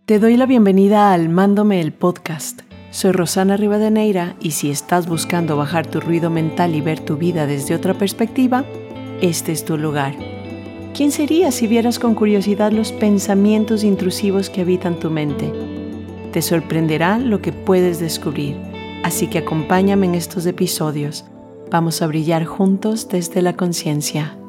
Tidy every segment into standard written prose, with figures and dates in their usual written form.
Te doy la bienvenida al Mándome el Podcast. Soy Rosana Rivadeneira y si estás buscando bajar tu ruido mental y ver tu vida desde otra perspectiva, este es tu lugar. ¿Quién serías si vieras con curiosidad los pensamientos intrusivos que habitan tu mente? Te sorprenderá lo que puedes descubrir, así que acompáñame en estos episodios. Vamos a brillar juntos desde la conciencia.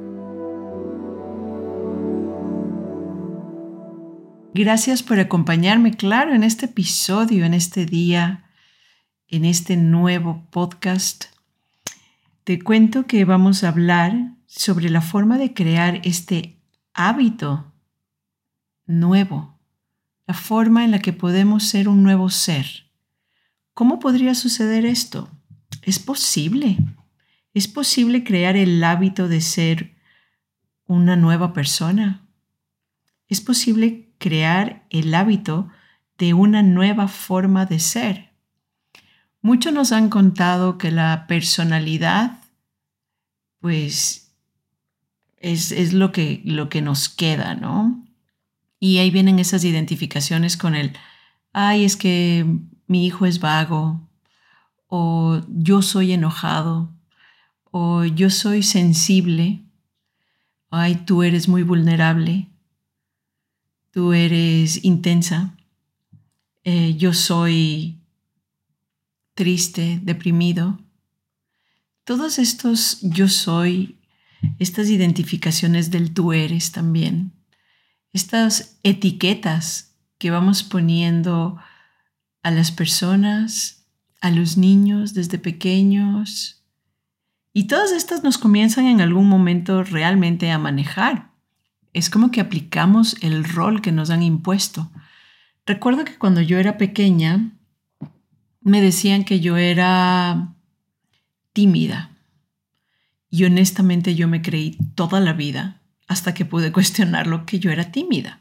Gracias por acompañarme, claro, en este episodio, en este día, en este nuevo podcast. Te cuento que vamos a hablar sobre la forma de crear este hábito nuevo, la forma en la que podemos ser un nuevo ser. ¿Cómo podría suceder esto? ¿Es posible? ¿Es posible crear el hábito de ser una nueva persona? ¿Es posible crear el hábito de una nueva forma de ser? Muchos nos han contado que la personalidad, pues, es lo que nos queda, ¿no? Y ahí vienen esas identificaciones con es que mi hijo es vago, o yo soy enojado, o yo soy sensible, tú eres muy vulnerable, tú eres intensa, yo soy triste, deprimido. Todos estos yo soy, estas identificaciones del tú eres también, estas etiquetas que vamos poniendo a las personas, a los niños desde pequeños, y todas estas nos comienzan en algún momento realmente a manejar. Es como que aplicamos el rol que nos han impuesto. Recuerdo que cuando yo era pequeña, me decían que yo era tímida. Y honestamente yo me creí toda la vida hasta que pude cuestionarlo que yo era tímida.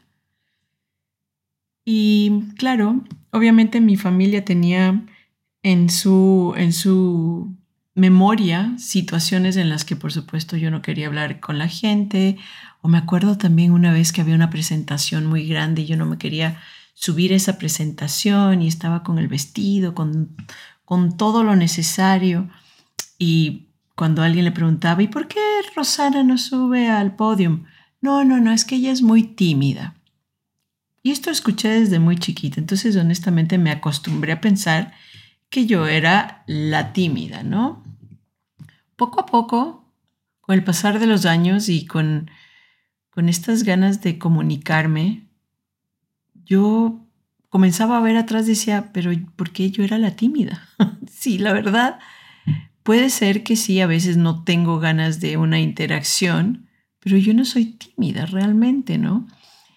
Y claro, obviamente mi familia tenía en su memoria situaciones en las que por supuesto yo no quería hablar con la gente. O me acuerdo también una vez que había una presentación muy grande y yo no me quería subir a esa presentación y estaba con el vestido, con todo lo necesario. Y cuando alguien le preguntaba, ¿y por qué Rosana no sube al podio? No, es que ella es muy tímida. Y esto escuché desde muy chiquita, entonces honestamente me acostumbré a pensar que yo era la tímida, ¿no? Poco a poco, con el pasar de los años y con estas ganas de comunicarme, yo comenzaba a ver atrás, decía, pero ¿por qué yo era la tímida? Sí, la verdad, puede ser que sí, a veces no tengo ganas de una interacción, pero yo no soy tímida realmente, ¿no?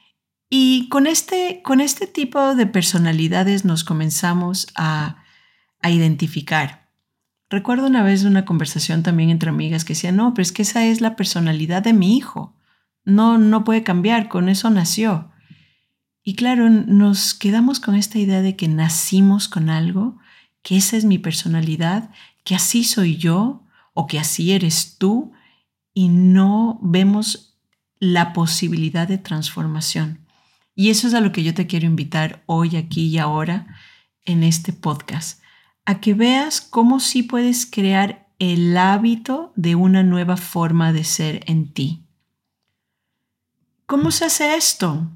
Y con este tipo de personalidades nos comenzamos a identificar. Recuerdo una vez una conversación también entre amigas que decían, no, pero es que esa es la personalidad de mi hijo. No puede cambiar, con eso nació. Y claro, nos quedamos con esta idea de que nacimos con algo, que esa es mi personalidad, que así soy yo o que así eres tú, y no vemos la posibilidad de transformación. Y eso es a lo que yo te quiero invitar hoy, aquí y ahora, en este podcast, a que veas cómo sí puedes crear el hábito de una nueva forma de ser en ti. ¿Cómo se hace esto?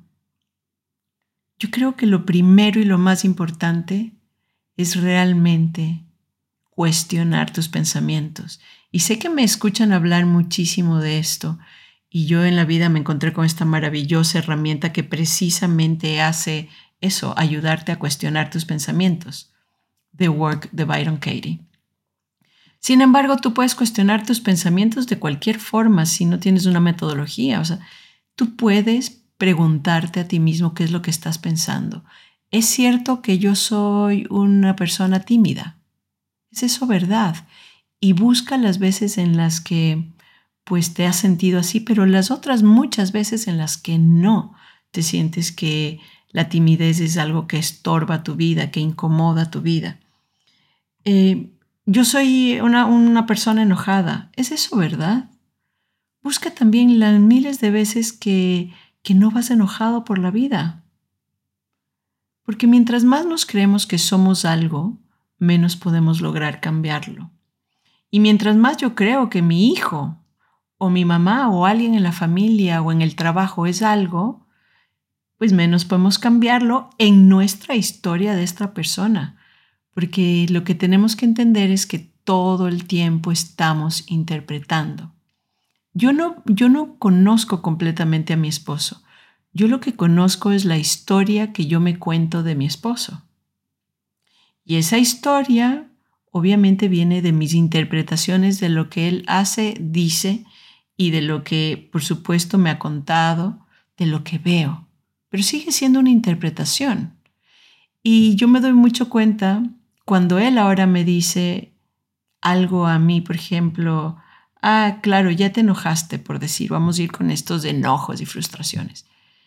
Yo creo que lo primero y lo más importante es realmente cuestionar tus pensamientos. Y sé que me escuchan hablar muchísimo de esto, y yo en la vida me encontré con esta maravillosa herramienta que precisamente hace eso, ayudarte a cuestionar tus pensamientos. The Work de Byron Katie. Sin embargo, tú puedes cuestionar tus pensamientos de cualquier forma si no tienes una metodología. O sea, tú puedes preguntarte a ti mismo qué es lo que estás pensando. ¿Es cierto que yo soy una persona tímida? ¿Es eso verdad? Y busca las veces en las que pues te has sentido así, pero las otras muchas veces en las que no te sientes que la timidez es algo que estorba tu vida, que incomoda tu vida. Yo soy una persona enojada. ¿Es eso verdad? Busca también las miles de veces que no vas enojado por la vida. Porque mientras más nos creemos que somos algo, menos podemos lograr cambiarlo. Y mientras más yo creo que mi hijo o mi mamá o alguien en la familia o en el trabajo es algo, pues menos podemos cambiarlo en nuestra historia de esta persona. Porque lo que tenemos que entender es que todo el tiempo estamos interpretando. Yo no conozco completamente a mi esposo. Yo lo que conozco es la historia que yo me cuento de mi esposo. Y esa historia obviamente viene de mis interpretaciones de lo que él hace, dice y de lo que por supuesto me ha contado, de lo que veo. Pero sigue siendo una interpretación. Y yo me doy mucho cuenta cuando él ahora me dice algo a mí, por ejemplo, claro, ya te enojaste, por decir, vamos a ir con estos enojos y frustraciones.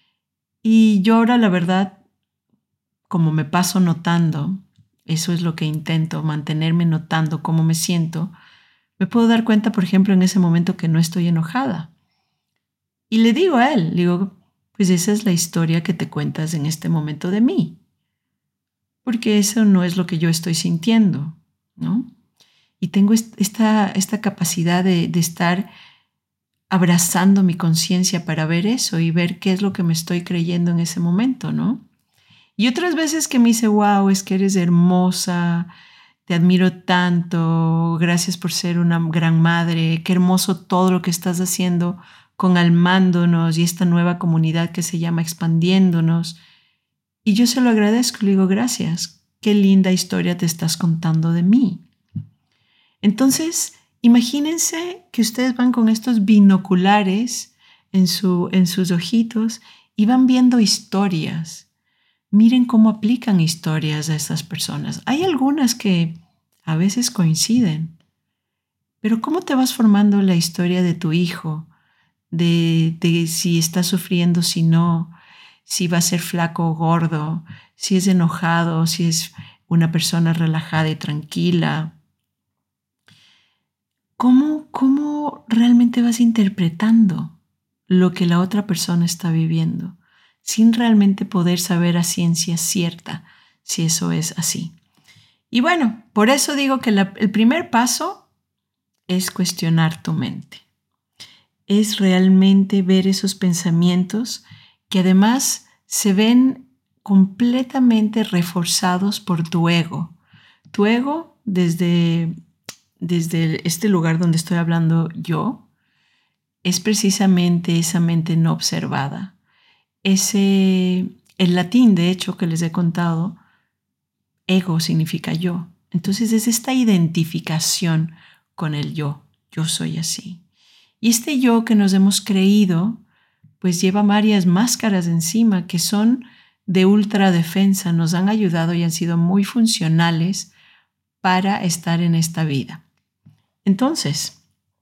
Y yo ahora, la verdad, como me paso notando, eso es lo que intento, mantenerme notando cómo me siento, me puedo dar cuenta, por ejemplo, en ese momento que no estoy enojada. Y le digo a él, digo, pues esa es la historia que te cuentas en este momento de mí, porque eso no es lo que yo estoy sintiendo, ¿no? Y tengo esta capacidad de estar abrazando mi conciencia para ver eso y ver qué es lo que me estoy creyendo en ese momento, ¿no? Y otras veces que me dice, wow, es que eres hermosa, te admiro tanto, gracias por ser una gran madre, qué hermoso todo lo que estás haciendo con Almándonos y esta nueva comunidad que se llama Expandiéndonos. Y yo se lo agradezco, le digo, gracias, qué linda historia te estás contando de mí. Entonces, imagínense que ustedes van con estos binoculares en sus ojitos y van viendo historias. Miren cómo aplican historias a estas personas. Hay algunas que a veces coinciden, pero ¿cómo te vas formando la historia de tu hijo? De si está sufriendo, si no, si va a ser flaco o gordo, si es enojado, si es una persona relajada y tranquila. ¿Cómo realmente vas interpretando lo que la otra persona está viviendo sin realmente poder saber a ciencia cierta si eso es así? Y bueno, por eso digo que el primer paso es cuestionar tu mente. Es realmente ver esos pensamientos que además se ven completamente reforzados por tu ego. Tu ego desde este lugar donde estoy hablando yo, es precisamente esa mente no observada. El latín, de hecho, que les he contado, ego significa yo. Entonces es esta identificación con el yo soy así. Y este yo que nos hemos creído, pues lleva varias máscaras encima que son de ultradefensa, nos han ayudado y han sido muy funcionales para estar en esta vida. Entonces,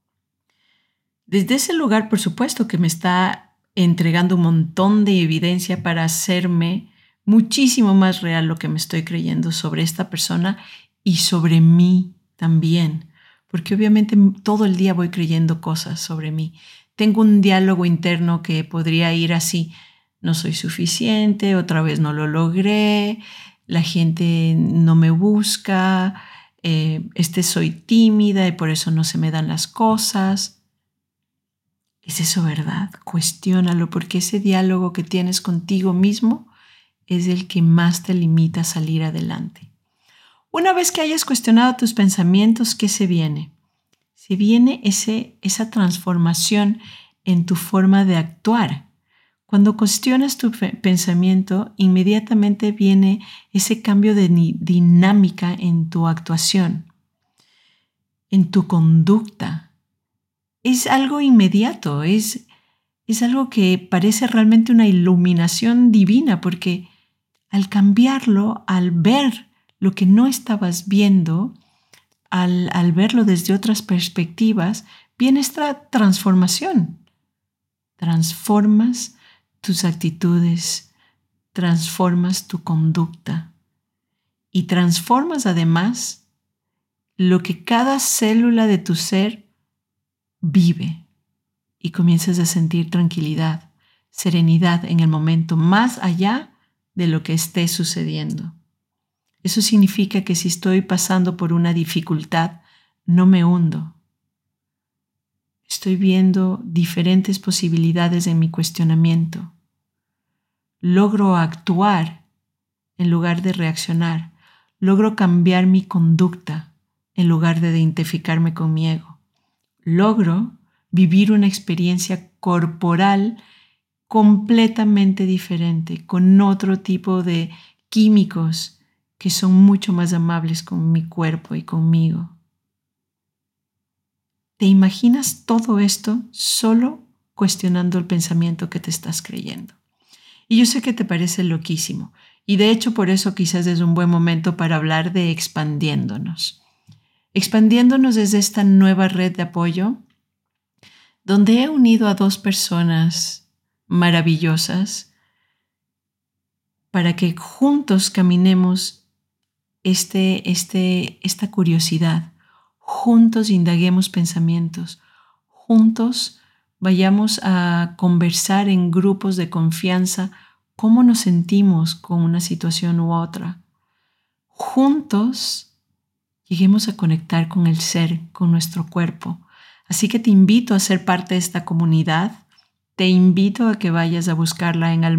desde ese lugar, por supuesto, que me está entregando un montón de evidencia para hacerme muchísimo más real lo que me estoy creyendo sobre esta persona y sobre mí también, porque obviamente todo el día voy creyendo cosas sobre mí. Tengo un diálogo interno que podría ir así: no soy suficiente, otra vez no lo logré, la gente no me busca, soy tímida y por eso no se me dan las cosas. ¿Es eso verdad? Cuestiónalo, porque ese diálogo que tienes contigo mismo es el que más te limita a salir adelante. Una vez que hayas cuestionado tus pensamientos, ¿qué se viene? Se viene esa transformación en tu forma de actuar. Cuando cuestionas tu pensamiento, inmediatamente viene ese cambio de dinámica en tu actuación, en tu conducta. Es algo inmediato, es algo que parece realmente una iluminación divina, porque al cambiarlo, al ver lo que no estabas viendo, al verlo desde otras perspectivas, viene esta transformación. Transformas tus actitudes, transformas tu conducta y transformas además lo que cada célula de tu ser vive, y comienzas a sentir tranquilidad, serenidad en el momento, más allá de lo que esté sucediendo. Eso significa que si estoy pasando por una dificultad, no me hundo. Estoy viendo diferentes posibilidades en mi cuestionamiento. Logro actuar en lugar de reaccionar. Logro cambiar mi conducta en lugar de identificarme con mi ego. Logro vivir una experiencia corporal completamente diferente, con otro tipo de químicos que son mucho más amables con mi cuerpo y conmigo. ¿Te imaginas todo esto solo cuestionando el pensamiento que te estás creyendo? Y yo sé que te parece loquísimo, y de hecho por eso quizás es un buen momento para hablar de expandiéndonos. Expandiéndonos desde esta nueva red de apoyo, donde he unido a 2 personas maravillosas para que juntos caminemos esta curiosidad, juntos indaguemos pensamientos, juntos vayamos a conversar en grupos de confianza cómo nos sentimos con una situación u otra. Juntos lleguemos a conectar con el ser, con nuestro cuerpo. Así que te invito a ser parte de esta comunidad. Te invito a que vayas a buscarla en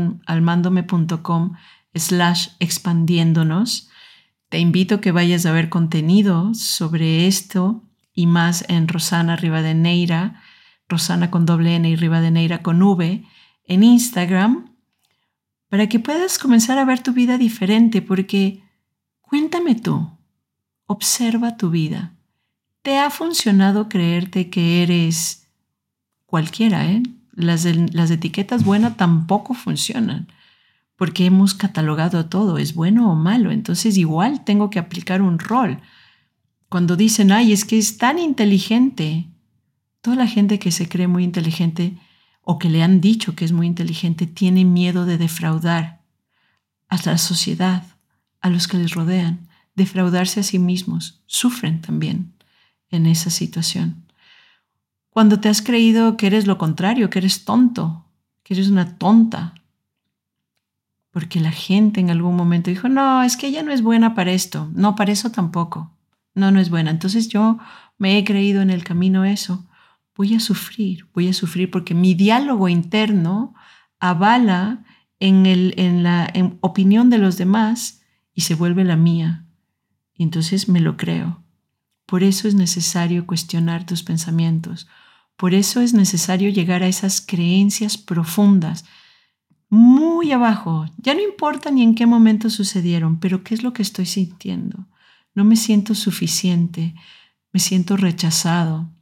almandome.com/expandiéndonos. Te invito a que vayas a ver contenido sobre esto y más en Rosana Rivadeneira, Rosana con doble N y Rivadeneira con V, en Instagram, para que puedas comenzar a ver tu vida diferente, porque cuéntame tú, observa tu vida. ¿Te ha funcionado creerte que eres cualquiera, Las etiquetas buenas tampoco funcionan, porque hemos catalogado todo, es bueno o malo, entonces igual tengo que aplicar un rol. Cuando dicen, ay, es que es tan inteligente, toda la gente que se cree muy inteligente o que le han dicho que es muy inteligente tiene miedo de defraudar a la sociedad, a los que les rodean, defraudarse a sí mismos, sufren también en esa situación. Cuando te has creído que eres lo contrario, que eres tonto, que eres una tonta, porque la gente en algún momento dijo, no, es que ella no es buena para esto, no, para eso tampoco, no es buena. Entonces yo me he creído en el camino eso. Voy a sufrir porque mi diálogo interno avala en la opinión de los demás y se vuelve la mía. Y entonces me lo creo. Por eso es necesario cuestionar tus pensamientos. Por eso es necesario llegar a esas creencias profundas, muy abajo. Ya no importa ni en qué momento sucedieron, pero ¿qué es lo que estoy sintiendo? No me siento suficiente, me siento rechazado.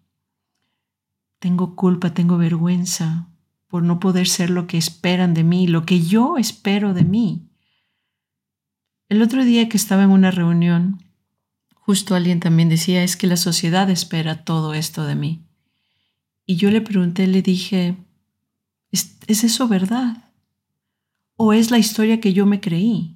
Tengo culpa, tengo vergüenza por no poder ser lo que esperan de mí, lo que yo espero de mí. El otro día que estaba en una reunión, justo alguien también decía, es que la sociedad espera todo esto de mí. Y yo le pregunté, le dije, ¿es eso verdad? ¿O es la historia que yo me creí?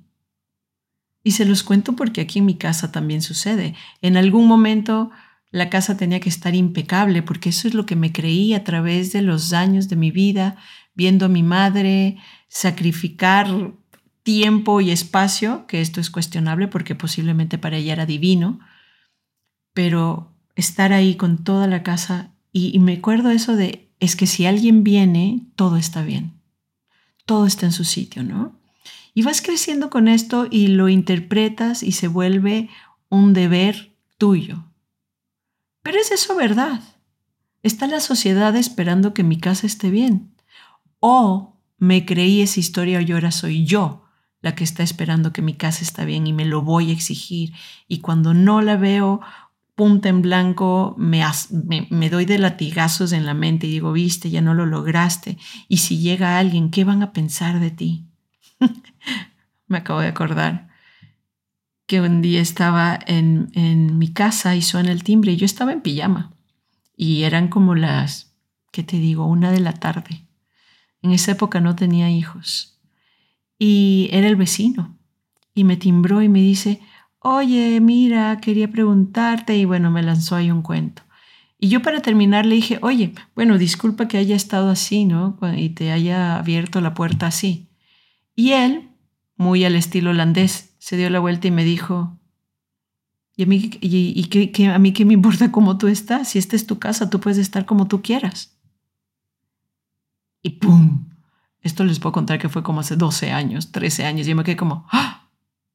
Y se los cuento porque aquí en mi casa también sucede. En algún momento la casa tenía que estar impecable porque eso es lo que me creí a través de los años de mi vida, viendo a mi madre sacrificar tiempo y espacio, que esto es cuestionable porque posiblemente para ella era divino, pero estar ahí con toda la casa y me acuerdo eso de, es que si alguien viene, todo está bien, todo está en su sitio, ¿no? Y vas creciendo con esto y lo interpretas y se vuelve un deber tuyo. Pero ¿es eso verdad? ¿Está la sociedad esperando que mi casa esté bien? ¿O me creí esa historia y ahora soy yo la que está esperando que mi casa esté bien y me lo voy a exigir? Y cuando no la veo punta en blanco, me doy de latigazos en la mente y digo, viste, ya no lo lograste. Y si llega alguien, ¿qué van a pensar de ti? Me acabo de acordar que un día estaba en mi casa y suena el timbre y yo estaba en pijama y eran como las, ¿qué te digo? 1 de la tarde. En esa época no tenía hijos y era el vecino y me timbró y me dice, oye, mira, quería preguntarte y bueno, me lanzó ahí un cuento. Y yo para terminar le dije, oye, bueno, disculpa que haya estado así, ¿no? Y te haya abierto la puerta así. Y él muy al estilo holandés. Se dio la vuelta y me dijo, ¿y a mí, a mí qué me importa cómo tú estás? Si esta es tu casa, tú puedes estar como tú quieras. Y ¡pum! Esto les puedo contar que fue como hace 12 años, 13 años. Y yo me quedé como, ¡ah!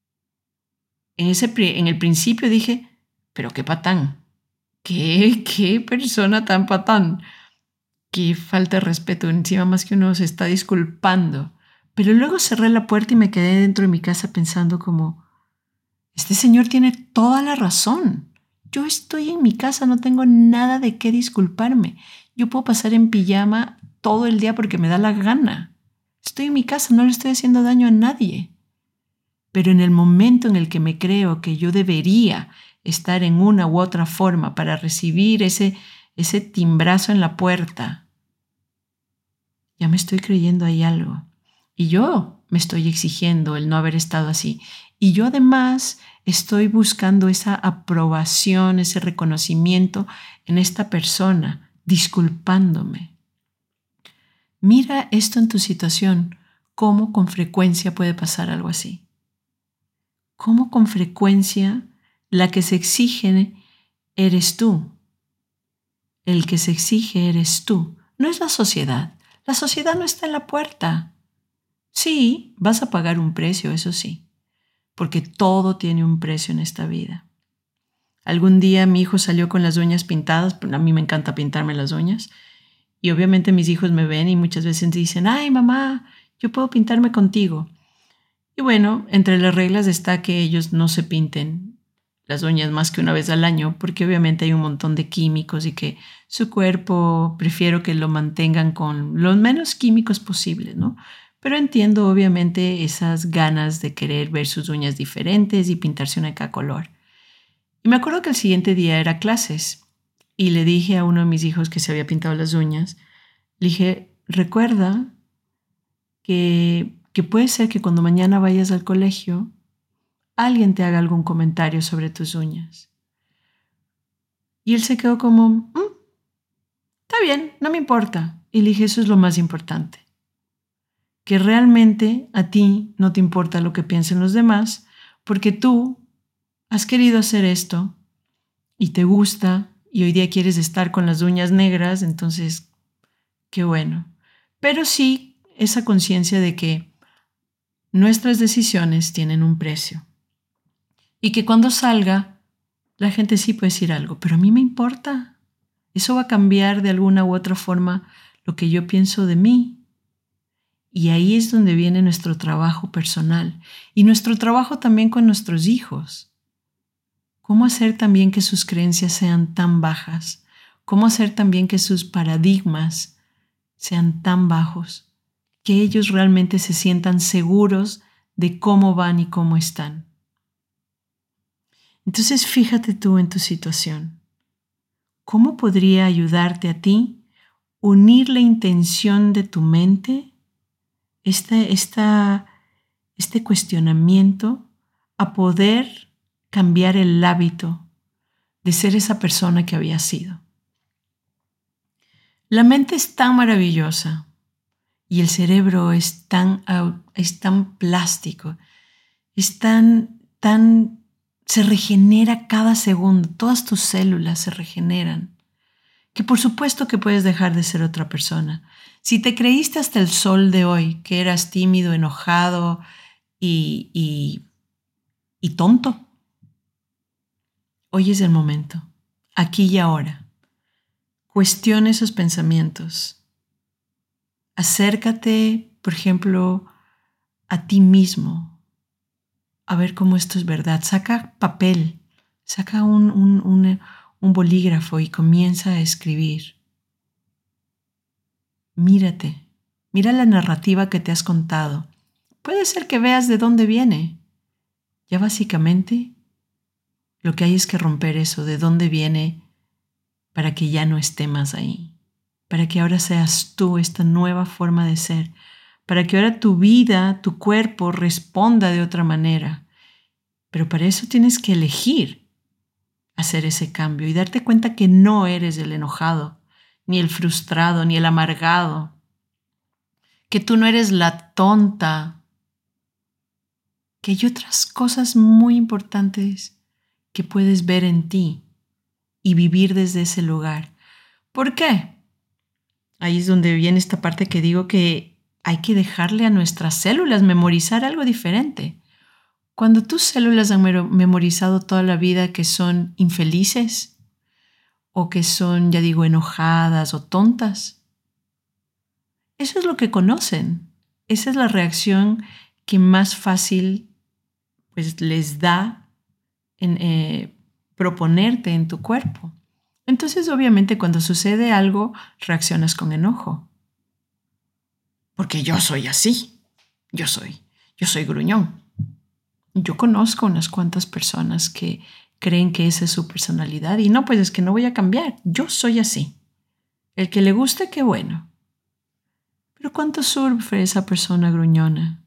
En el principio dije, pero qué patán. ¿Qué persona tan patán? Qué falta de respeto. Encima más que uno se está disculpando. Pero luego cerré la puerta y me quedé dentro de mi casa pensando como, este señor tiene toda la razón. Yo estoy en mi casa, no tengo nada de qué disculparme. Yo puedo pasar en pijama todo el día porque me da la gana. Estoy en mi casa, no le estoy haciendo daño a nadie. Pero en el momento en el que me creo que yo debería estar en una u otra forma para recibir ese timbrazo en la puerta, ya me estoy creyendo ahí algo. Y yo me estoy exigiendo el no haber estado así. Y yo además estoy buscando esa aprobación, ese reconocimiento en esta persona, disculpándome. Mira esto en tu situación, cómo con frecuencia puede pasar algo así. Cómo con frecuencia la que se exige eres tú. El que se exige eres tú. No es la sociedad. La sociedad no está en la puerta. Sí, vas a pagar un precio, eso sí, porque todo tiene un precio en esta vida. Algún día mi hijo salió con las uñas pintadas, a mí me encanta pintarme las uñas, y obviamente mis hijos me ven y muchas veces dicen, ay mamá, yo puedo pintarme contigo. Y bueno, entre las reglas está que ellos no se pinten las uñas más que una vez al año, porque obviamente hay un montón de químicos y que su cuerpo prefiero que lo mantengan con los menos químicos posibles, ¿no? Pero entiendo obviamente esas ganas de querer ver sus uñas diferentes y pintarse una de cada color. Y me acuerdo que el siguiente día era clases y le dije a uno de mis hijos que se había pintado las uñas, le dije, recuerda que puede ser que cuando mañana vayas al colegio alguien te haga algún comentario sobre tus uñas. Y él se quedó como, está bien, no me importa. Y le dije, eso es lo más importante. Que realmente a ti no te importa lo que piensen los demás, porque tú has querido hacer esto y te gusta y hoy día quieres estar con las uñas negras, entonces, qué bueno. Pero sí esa conciencia de que nuestras decisiones tienen un precio y que cuando salga, la gente sí puede decir algo, pero a mí me importa. Eso va a cambiar de alguna u otra forma lo que yo pienso de mí. Y ahí es donde viene nuestro trabajo personal y nuestro trabajo también con nuestros hijos. ¿Cómo hacer también que sus creencias sean tan bajas? ¿Cómo hacer también que sus paradigmas sean tan bajos? Que ellos realmente se sientan seguros de cómo van y cómo están. Entonces fíjate tú en tu situación. ¿Cómo podría ayudarte a ti unir la intención de tu mente, este cuestionamiento, a poder cambiar el hábito de ser esa persona que había sido? La mente es tan maravillosa y el cerebro es tan plástico, se regenera cada segundo, todas tus células se regeneran, que por supuesto que puedes dejar de ser otra persona. Si te creíste hasta el sol de hoy que eras tímido, enojado y tonto, hoy es el momento, aquí y ahora. Cuestiona esos pensamientos. Acércate, por ejemplo, a ti mismo, a ver cómo esto es verdad. Saca papel, saca un bolígrafo y comienza a escribir. Mírate, mira la narrativa que te has contado. Puede ser que veas de dónde viene. Ya básicamente lo que hay es que romper eso, de dónde viene, para que ya no esté más ahí, para que ahora seas tú esta nueva forma de ser, para que ahora tu vida, tu cuerpo responda de otra manera. Pero para eso tienes que elegir hacer ese cambio y darte cuenta que no eres el enojado, ni el frustrado, ni el amargado, que tú no eres la tonta que hay otras cosas muy importantes que puedes ver en ti y vivir desde ese lugar. ¿Por qué? Ahí es donde viene esta parte que digo que hay que dejarle a nuestras células memorizar algo diferente. Cuando tus células han memorizado toda la vida que son infelices o que son, ya digo, enojadas o tontas, eso es lo que conocen. Esa es la reacción que más fácil pues, les da en, proponerte en tu cuerpo. Entonces, obviamente, cuando sucede algo, reaccionas con enojo. Porque yo soy así. Yo soy gruñón. Yo conozco unas cuantas personas que creen que esa es su personalidad y no, pues es que no voy a cambiar. Yo soy así. El que le guste, qué bueno. Pero ¿cuánto sufre esa persona gruñona?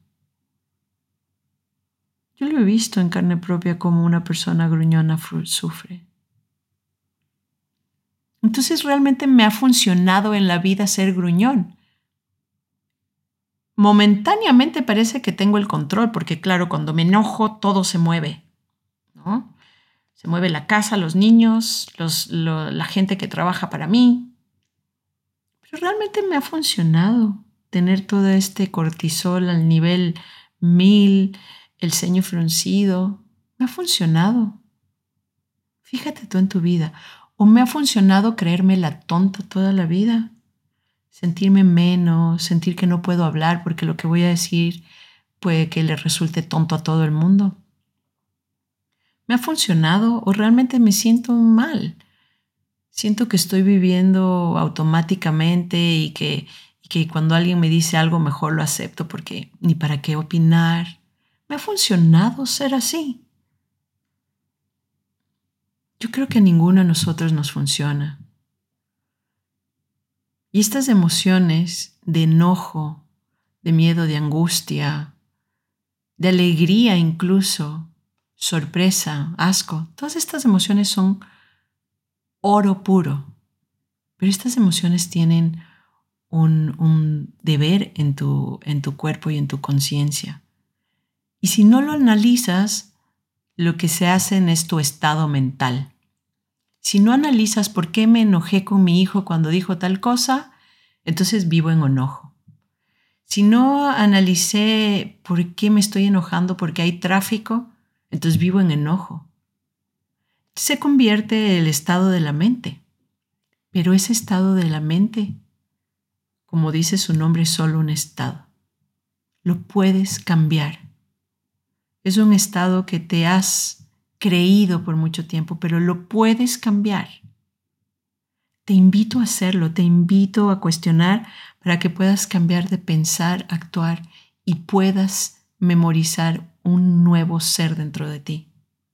Yo lo he visto en carne propia como una persona gruñona sufre. Entonces realmente me ha funcionado en la vida ser gruñón. Momentáneamente parece que tengo el control, porque claro, cuando me enojo todo se mueve, ¿no? Se mueve la casa, los niños, la gente que trabaja para mí. Pero realmente me ha funcionado tener todo este cortisol al nivel 1000, el ceño fruncido. Me ha funcionado. Fíjate tú en tu vida. ¿O me ha funcionado creerme la tonta toda la vida? Sentirme menos, sentir que no puedo hablar porque lo que voy a decir puede que le resulte tonto a todo el mundo. ¿Me ha funcionado o realmente me siento mal? Siento que estoy viviendo automáticamente y que cuando alguien me dice algo mejor lo acepto porque ni para qué opinar. ¿Me ha funcionado ser así? Yo creo que a ninguno de nosotros nos funciona. Y estas emociones de enojo, de miedo, de angustia, de alegría incluso, sorpresa, asco, todas estas emociones son oro puro. Pero estas emociones tienen un deber en tu cuerpo y en tu conciencia. Y si no lo analizas, lo que se hace es tu estado mental. Si no analizas por qué me enojé con mi hijo cuando dijo tal cosa, entonces vivo en enojo. Si no analicé por qué me estoy enojando porque hay tráfico, entonces vivo en enojo. Se convierte el estado de la mente. Pero ese estado de la mente, como dice su nombre, es solo un estado. Lo puedes cambiar. Es un estado que te has creído por mucho tiempo, pero lo puedes cambiar. Te invito a hacerlo, te invito a cuestionar para que puedas cambiar de pensar, actuar y puedas memorizar un nuevo ser dentro de ti.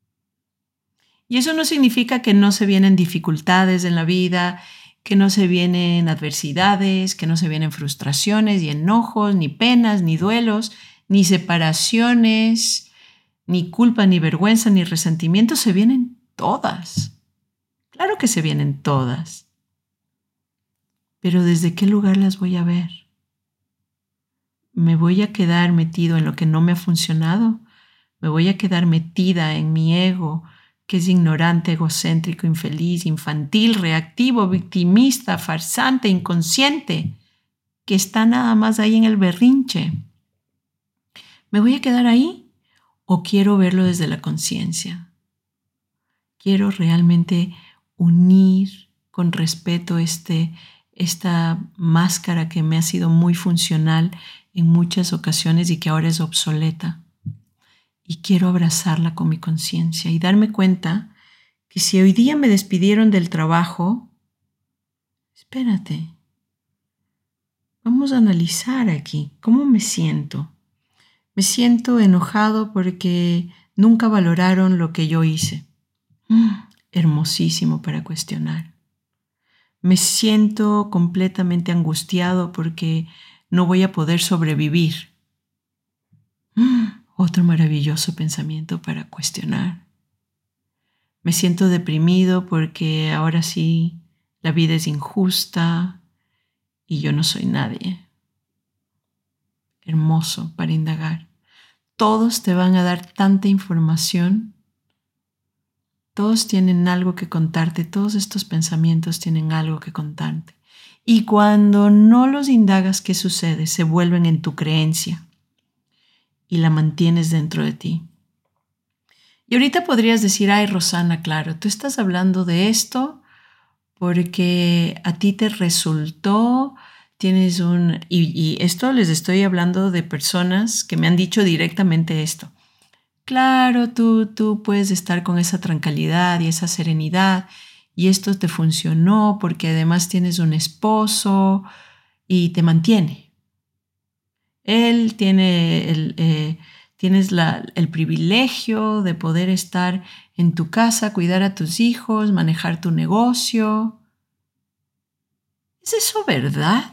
Y eso no significa que no se vienen dificultades en la vida, que no se vienen adversidades, que no se vienen frustraciones y enojos, ni penas, ni duelos, ni separaciones, ni culpa, ni vergüenza, ni resentimiento. Se vienen todas. Claro que se vienen todas. Pero ¿desde qué lugar las voy a ver? ¿Me voy a quedar metido en lo que no me ha funcionado? ¿Me voy a quedar metida en mi ego, que es ignorante, egocéntrico, infeliz, infantil, reactivo, victimista, farsante, inconsciente, que está nada más ahí en el berrinche? ¿Me voy a quedar ahí o quiero verlo desde la conciencia? Quiero realmente unir con respeto esta máscara que me ha sido muy funcional en muchas ocasiones y que ahora es obsoleta. Y quiero abrazarla con mi conciencia y darme cuenta que si hoy día me despidieron del trabajo, espérate, vamos a analizar aquí cómo me siento. Me siento enojado porque nunca valoraron lo que yo hice. Hermosísimo para cuestionar. Me siento completamente angustiado porque no voy a poder sobrevivir. Otro maravilloso pensamiento para cuestionar. Me siento deprimido porque ahora sí la vida es injusta y yo no soy nadie. Hermoso para indagar. todos te van a dar tanta información, todos tienen algo que contarte, todos estos pensamientos tienen algo que contarte. Y cuando no los indagas qué sucede, se vuelven en tu creencia y la mantienes dentro de ti. Y ahorita podrías decir, ay, Rosana, claro, tú estás hablando de esto porque a ti te resultó, tienes un... Y esto les estoy hablando de personas que me han dicho directamente esto. Claro, tú puedes estar con esa tranquilidad y esa serenidad y esto te funcionó porque además tienes un esposo y te mantiene. Él tiene tienes el privilegio de poder estar en tu casa, cuidar a tus hijos, manejar tu negocio. ¿Es eso verdad?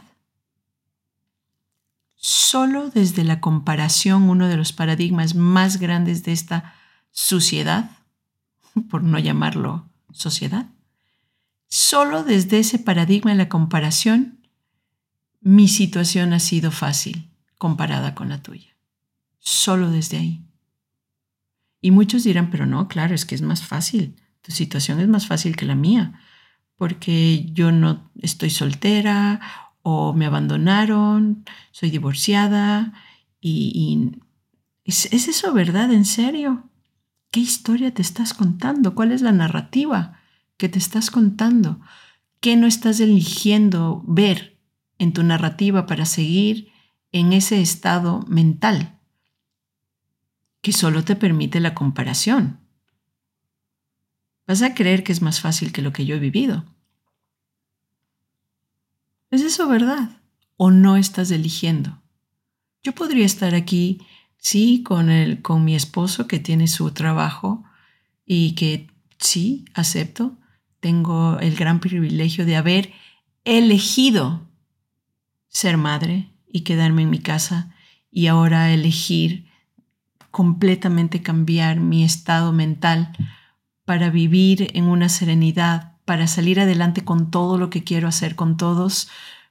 Solo desde la comparación, uno de los paradigmas más grandes de esta sociedad, por no llamarlo sociedad, solo desde ese paradigma de la comparación, mi situación ha sido fácil comparada con la tuya. Solo desde ahí. Y muchos dirán, pero no, claro, es que es más fácil. Tu situación es más fácil que la mía, porque yo no estoy soltera o me abandonaron, soy divorciada y ¿es eso verdad? ¿En serio? ¿Qué historia te estás contando? ¿Cuál es la narrativa que te estás contando? ¿Qué no estás eligiendo ver en tu narrativa para seguir en ese estado mental que solo te permite la comparación? Vas a creer que es más fácil que lo que yo he vivido. ¿Es eso verdad? ¿O no estás eligiendo? Yo podría estar aquí, sí, con mi esposo que tiene su trabajo y que sí, acepto, tengo el gran privilegio de haber elegido ser madre y quedarme en mi casa y ahora elegir completamente cambiar mi estado mental para vivir en una serenidad, para salir adelante con todo lo que quiero hacer, con todos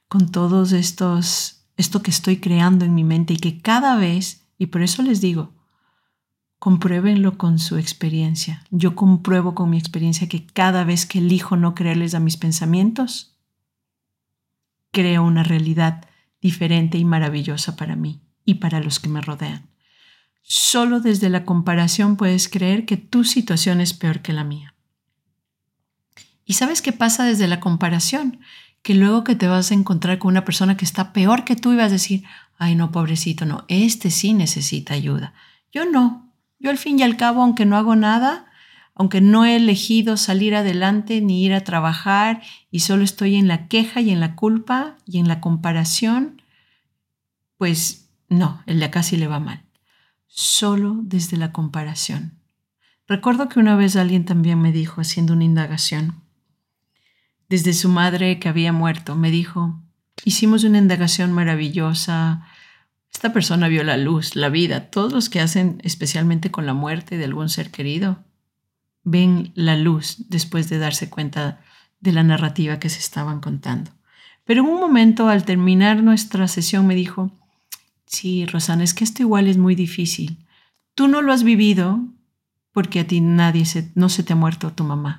esto que estoy creando en mi mente y que cada vez, y por eso les digo, compruébenlo con su experiencia. Yo compruebo con mi experiencia que cada vez que elijo no creerles a mis pensamientos, creo una realidad diferente y maravillosa para mí y para los que me rodean. Solo desde la comparación puedes creer que tu situación es peor que la mía. ¿Y sabes qué pasa desde la comparación? Que luego que te vas a encontrar con una persona que está peor que tú y vas a decir, ay no, pobrecito, no, este sí necesita ayuda. Yo no. Yo al fin y al cabo, aunque no hago nada, aunque no he elegido salir adelante ni ir a trabajar y solo estoy en la queja y en la culpa y en la comparación, pues no, el de acá sí le va mal. Solo desde la comparación. Recuerdo que una vez alguien también me dijo, haciendo una indagación, desde su madre que había muerto, me dijo, hicimos una indagación maravillosa, esta persona vio la luz, la vida, todos los que hacen especialmente con la muerte de algún ser querido, ven la luz después de darse cuenta de la narrativa que se estaban contando. Pero en un momento, al terminar nuestra sesión, me dijo, sí, Rosana, es que esto igual es muy difícil. Tú no lo has vivido porque a ti no se te ha muerto tu mamá.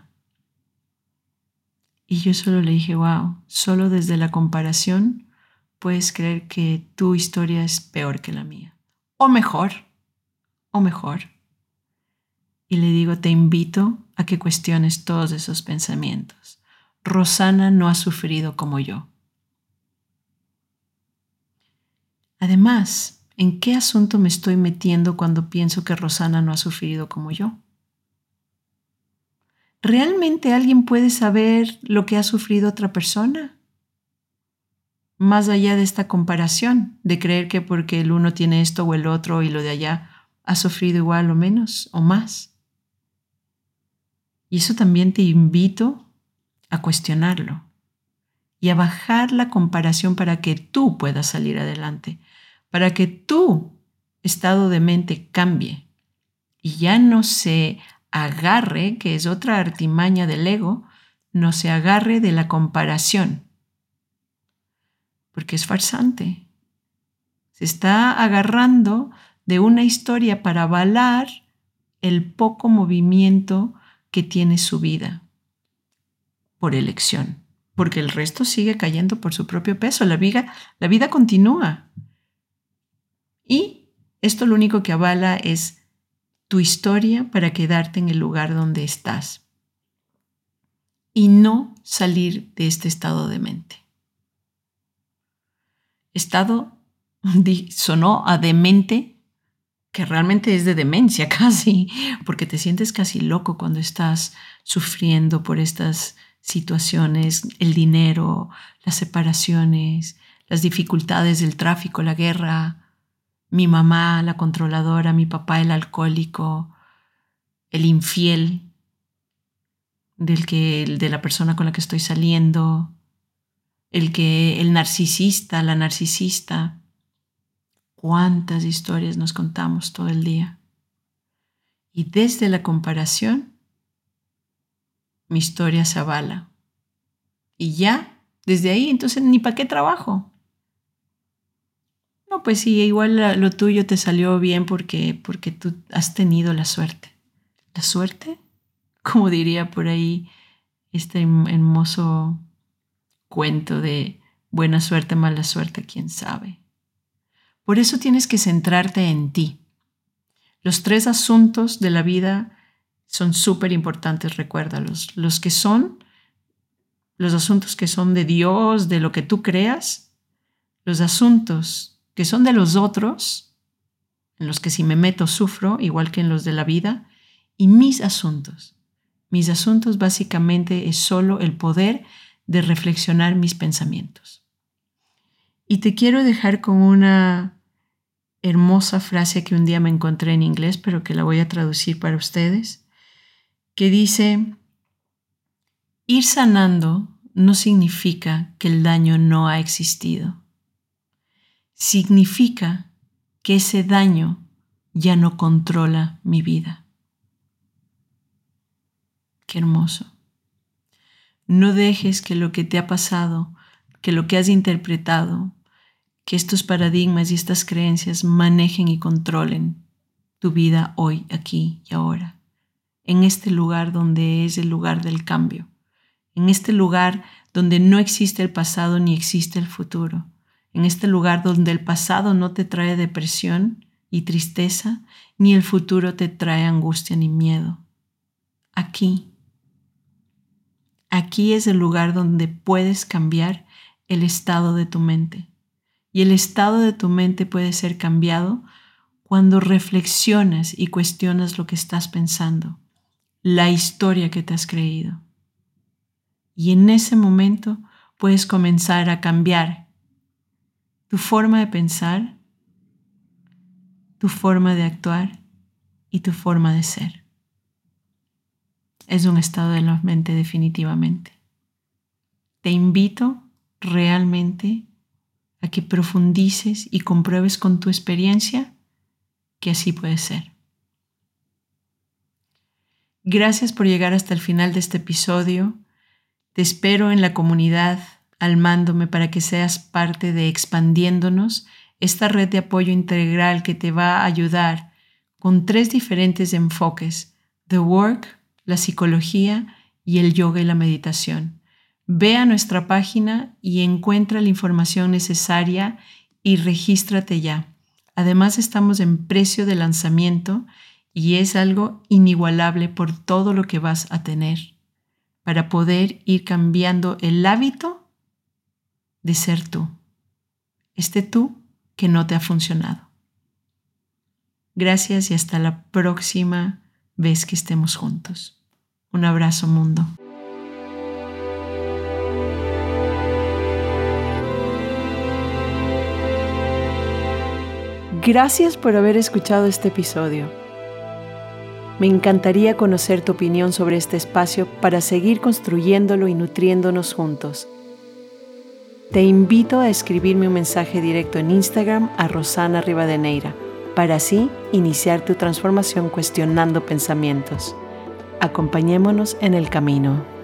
Y yo solo le dije, wow, solo desde la comparación puedes creer que tu historia es peor que la mía. O mejor, o mejor. Y le digo, te invito a que cuestiones todos esos pensamientos. Rosana no ha sufrido como yo. Además, ¿en qué asunto me estoy metiendo cuando pienso que Rosana no ha sufrido como yo? ¿Realmente alguien puede saber lo que ha sufrido otra persona? Más allá de esta comparación, de creer que porque el uno tiene esto o el otro y lo de allá ha sufrido igual o menos o más. Y eso también te invito a cuestionarlo y a bajar la comparación para que tú puedas salir adelante, para que tu estado de mente cambie y ya no se agarre, que es otra artimaña del ego, no se agarre de la comparación, porque es farsante. Se está agarrando de una historia para avalar el poco movimiento que tiene su vida por elección, porque el resto sigue cayendo por su propio peso. La vida continúa. Y esto lo único que avala es tu historia para quedarte en el lugar donde estás y no salir de este estado de mente. Estado sonó a demente, que realmente es de demencia casi, porque te sientes casi loco cuando estás sufriendo por estas situaciones, el dinero, las separaciones, las dificultades del tráfico, la guerra, mi mamá, la controladora, mi papá, el alcohólico, el infiel, de la persona con la que estoy saliendo, el narcisista, la narcisista. ¿Cuántas historias nos contamos todo el día? Y desde la comparación, mi historia se avala. Y ya, desde ahí, entonces, ¿ni para qué trabajo? No, pues sí, igual lo tuyo te salió bien porque tú has tenido la suerte. ¿La suerte? Como diría por ahí este hermoso cuento de buena suerte, mala suerte, quién sabe. Por eso tienes que centrarte en ti. Los 3 asuntos de la vida son súper importantes, recuérdalos. Los asuntos que son de Dios, de lo que tú creas, los asuntos que son de los otros, en los que si me meto sufro, igual que en los de la vida, y mis asuntos. Mis asuntos básicamente es solo el poder de reflexionar mis pensamientos. Y te quiero dejar con una hermosa frase que un día me encontré en inglés, pero que la voy a traducir para ustedes, que dice: ir sanando no significa que el daño no ha existido. Significa que ese daño ya no controla mi vida. Qué hermoso. No dejes que lo que te ha pasado, que lo que has interpretado, que estos paradigmas y estas creencias manejen y controlen tu vida hoy, aquí y ahora, en este lugar donde es el lugar del cambio, en este lugar donde no existe el pasado ni existe el futuro, en este lugar donde el pasado no te trae depresión y tristeza, ni el futuro te trae angustia ni miedo. Aquí es el lugar donde puedes cambiar el estado de tu mente. Y el estado de tu mente puede ser cambiado cuando reflexionas y cuestionas lo que estás pensando, la historia que te has creído. Y en ese momento puedes comenzar a cambiar tu forma de pensar, tu forma de actuar y tu forma de ser. Es un estado de la mente definitivamente. Te invito realmente a que profundices y compruebes con tu experiencia que así puede ser. Gracias por llegar hasta el final de este episodio. Te espero en la comunidad Almándome para que seas parte de Expandiéndonos, esta red de apoyo integral que te va a ayudar con 3 diferentes enfoques: The Work, la psicología y el yoga y la meditación. Ve a nuestra página y encuentra la información necesaria y regístrate ya. Además, estamos en precio de lanzamiento y es algo inigualable por todo lo que vas a tener para poder ir cambiando el hábito de ser tú. Este tú que no te ha funcionado. Gracias y hasta la próxima vez que estemos juntos. Un abrazo, mundo. Gracias por haber escuchado este episodio. Me encantaría conocer tu opinión sobre este espacio para seguir construyéndolo y nutriéndonos juntos. Te invito a escribirme un mensaje directo en Instagram a Rosana Rivadeneira para así iniciar tu transformación cuestionando pensamientos. Acompañémonos en el camino.